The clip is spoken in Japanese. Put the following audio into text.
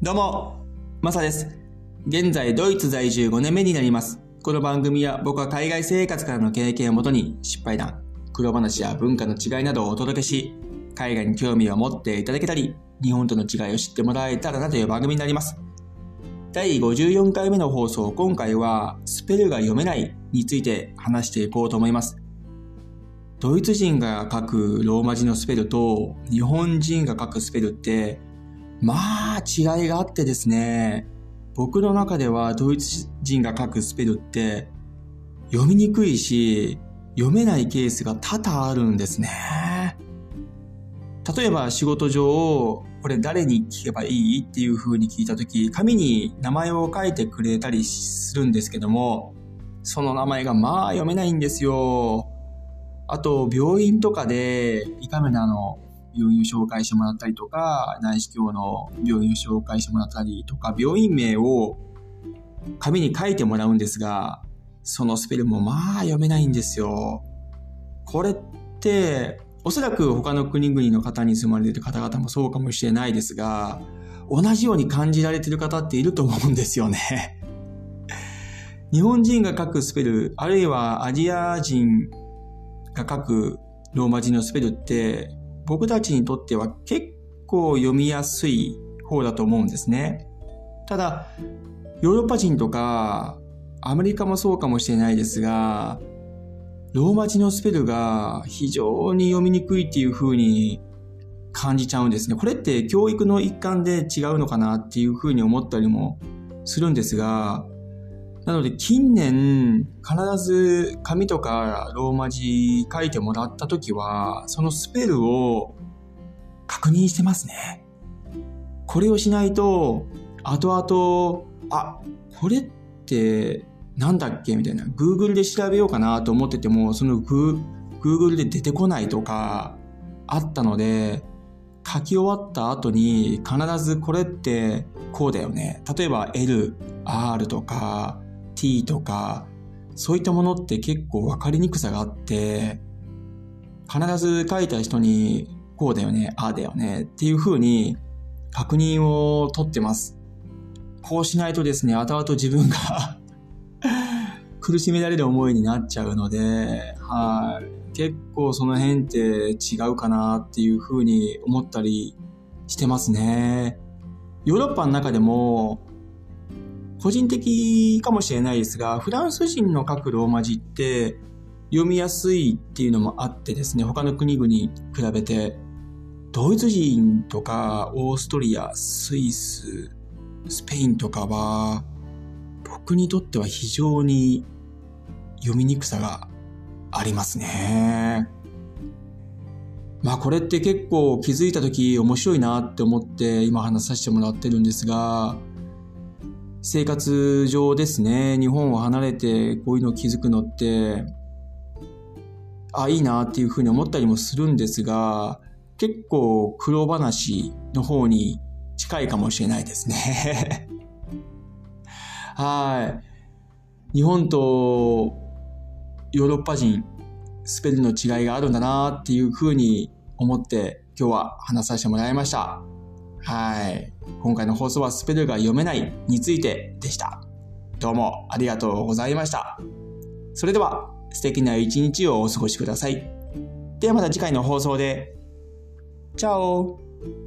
どうも、マサです。現在ドイツ在住5年目になります。この番組は僕は海外生活からの経験をもとに失敗談、苦労話や文化の違いなどをお届けし、海外に興味を持っていただけたり、日本との違いを知ってもらえたらなという番組になります。第54回目の放送、今回はスペルが読めないについて話していこうと思います。ドイツ人が書くローマ字のスペルと日本人が書くスペルってまあ違いがあってですね、僕の中ではドイツ人が書くスペルって読みにくいし読めないケースが多々あるんですね。例えば仕事上これ誰に聞けばいいっていう風に聞いたとき、紙に名前を書いてくれたりするんですけども、その名前がまあ読めないんですよ。あと病院とかで胃カメラの病院を紹介してもらったりとか、内視鏡の病院を紹介してもらったりとか、病院名を紙に書いてもらうんですが、そのスペルもまあ読めないんですよ。これっておそらく他の国々の方に住まれている方々もそうかもしれないですが、同じように感じられている方っていると思うんですよね。日本人が書くスペル、あるいはアジア人が書くローマ字のスペルって僕たちにとっては結構読みやすい方だと思うんですね。ただヨーロッパ人とかアメリカもそうかもしれないですが、ローマ字のスペルが非常に読みにくいっていう風に感じちゃうんですね。これって教育の一環で違うのかなっていう風に思ったりもするんですが、なので近年必ず紙とかローマ字書いてもらった時はそのスペルを確認してますね。これをしないと後々これってなんだっけみたいな Google で調べようかなと思っててもその Google で出てこないとかあったので、書き終わった後に必ずこれってこうだよね。例えば L、R とかT とかそういったものって結構分かりにくさがあって、必ず書いた人にこうだよね、ああだよねっていう風に確認を取ってます。こうしないとですね、後々自分が苦しめられる思いになっちゃうので、結構その辺って違うかなっていう風に思ったりしてますね。ヨーロッパの中でも個人的かもしれないですが、フランス人の書くローマ字って読みやすいっていうのもあってですね、他の国々に比べてドイツ人とかオーストリア、スイス、スペインとかは僕にとっては非常に読みにくさがありますね。これって結構気づいた時面白いなって思って今話させてもらってるんですが、生活上ですね、日本を離れてこういうのを気づくのっていいなっていうふうに思ったりもするんですが、結構苦労話の方に近いかもしれないですね。日本とヨーロッパ人スペルの違いがあるんだなっていうふうに思って今日は話させてもらいました。今回の放送はスペルが読めないについてでした。どうもありがとうございました。それでは素敵な一日をお過ごしください。ではまた次回の放送で。チャオ。